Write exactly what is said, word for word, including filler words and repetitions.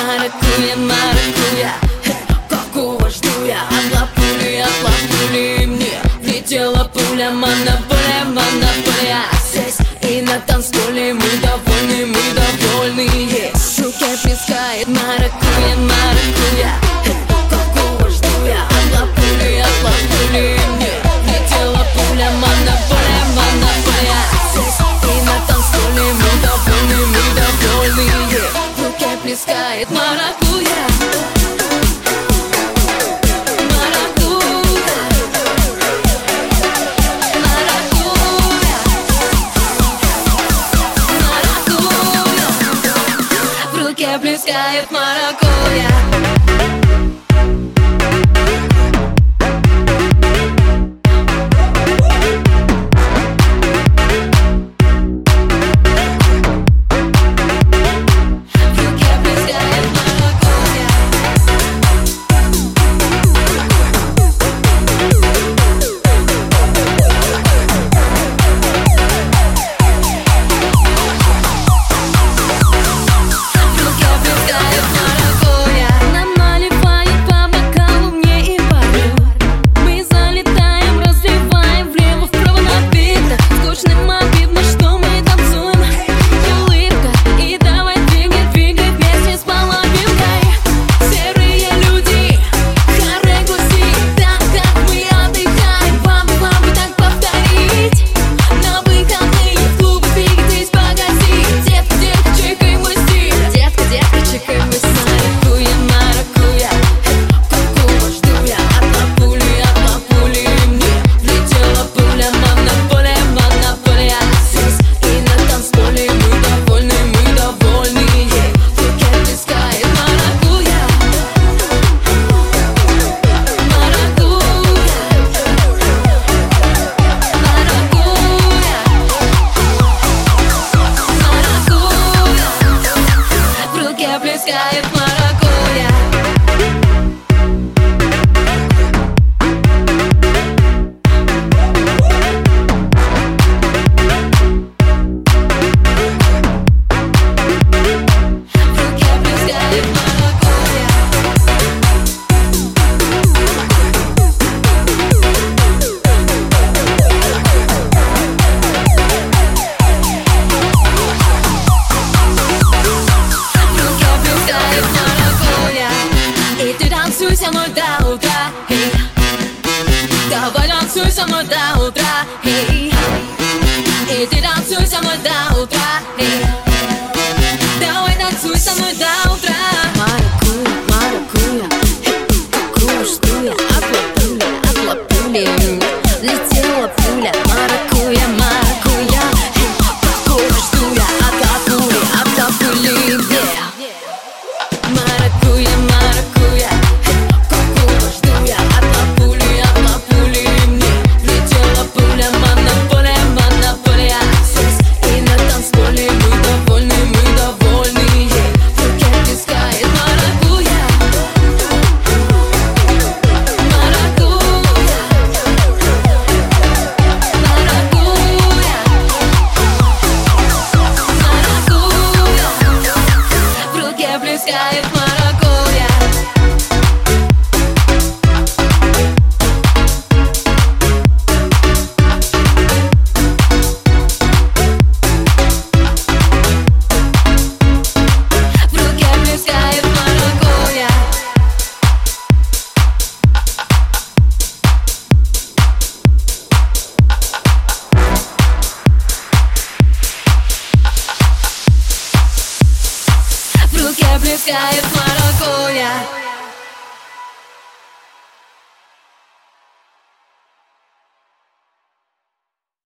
Маракуйя, маракуйя, какого жду я? От лапули, от лапули мне влетела пуля. Монополия, монополия. Здесь и на танцполе мы довольны, мы довольны. В руке плескает маракуйя, маракуйя, какого жду я? От лапули, от лапули мне влетела пуля. Монополия, монополия. Здесь и на танцполе мы довольны, мы довольны. В руке плескает маракуйя. Плескает маракуйя. Плескает маракуйя. Танцуй со мной до утра, эй. Давай танцуй со мной до утра, эй. И ты танцуй со мной до утра, эй. Давай танцуй со мной до утра. Маракуйя, маракуйя, какую жду я? От лапули, от лапули летела пуля. Маракуйя, маракуйя, какую жду я? От лапули, от лапули, yeah. Маракуйя, маракуйя, плескает маракуйя. В руке плескает маракуйя. В руке плескает маракуйя.